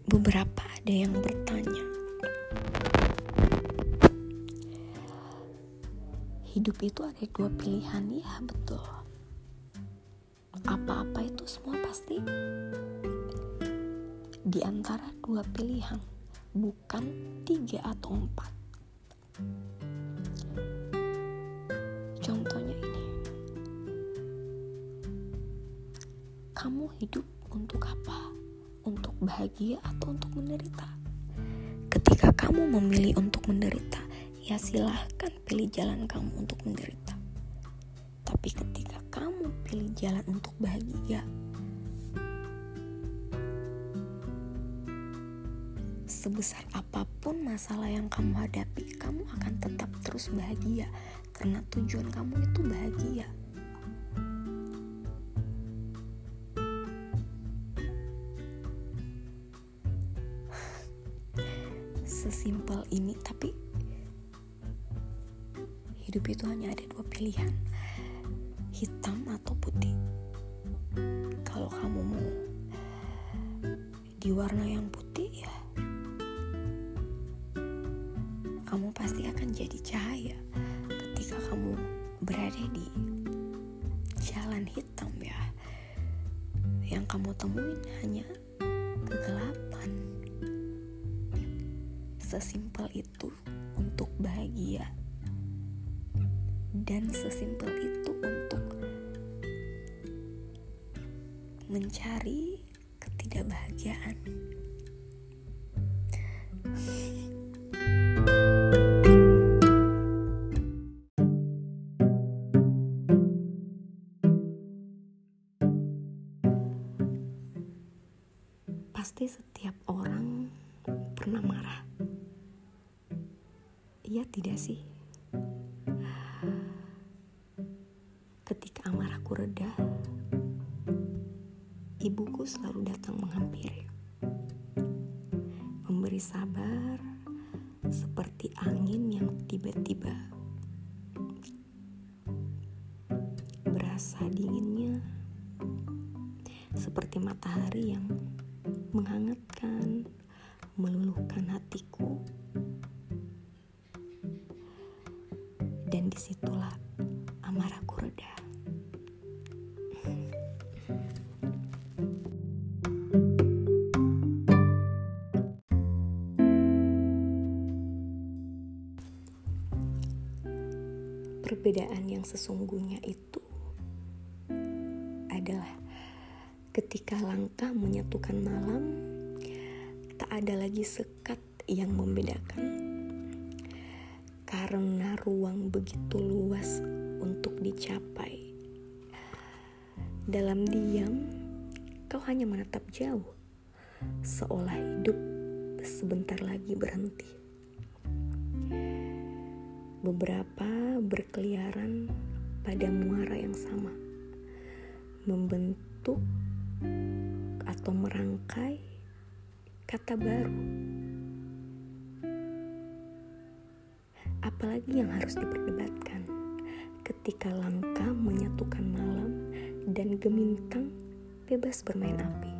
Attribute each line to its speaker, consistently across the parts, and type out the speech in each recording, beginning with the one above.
Speaker 1: Beberapa ada yang bertanya, hidup itu ada dua pilihan. Ya betul, apa-apa itu semua pasti di antara dua pilihan, bukan 3 atau 4. Contohnya ini, kamu hidup untuk apa? Untuk bahagia atau untuk menderita? Ketika kamu memilih untuk menderita, ya silahkan pilih jalan kamu untuk menderita. Tapi ketika kamu pilih jalan untuk bahagia, sebesar apapun masalah yang kamu hadapi, kamu akan tetap terus bahagia, karena tujuan kamu itu bahagia. Sesimpel ini, tapi hidup itu hanya ada dua pilihan, hitam atau putih. Kalau kamu mau di warna yang putih, ya kamu pasti akan jadi cahaya. Ketika kamu berada di jalan hitam, ya yang kamu temuin hanya kegelapan. Sesimpel itu untuk bahagia, dan sesimpel itu untuk mencari ketidakbahagiaan. Pasti setiap orang pernah marah. Iya tidak sih? Ketika amarahku reda, ibuku selalu datang menghampiri, memberi sabar seperti angin yang tiba-tiba berasa dinginnya, seperti matahari yang menghangatkan, meluluhkan hatiku. Dan disitulah amarahku reda. Perbedaan yang sesungguhnya itu adalah ketika langkah menyatukan malam, tak ada lagi sekat yang membedakan. Karena ruang begitu luas untuk dicapai. Dalam diam, kau hanya menatap jauh, seolah hidup sebentar lagi berhenti. Beberapa berkeliaran pada muara yang sama, membentuk atau merangkai kata baru. Apalagi yang harus diperdebatkan ketika langkah menyatukan malam dan gemintang bebas bermain api.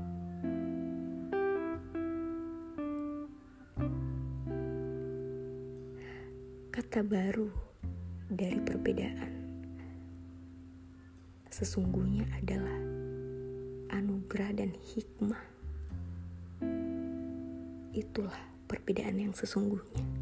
Speaker 1: Kata baru dari perbedaan sesungguhnya adalah anugerah dan hikmah. Itulah perbedaan yang sesungguhnya.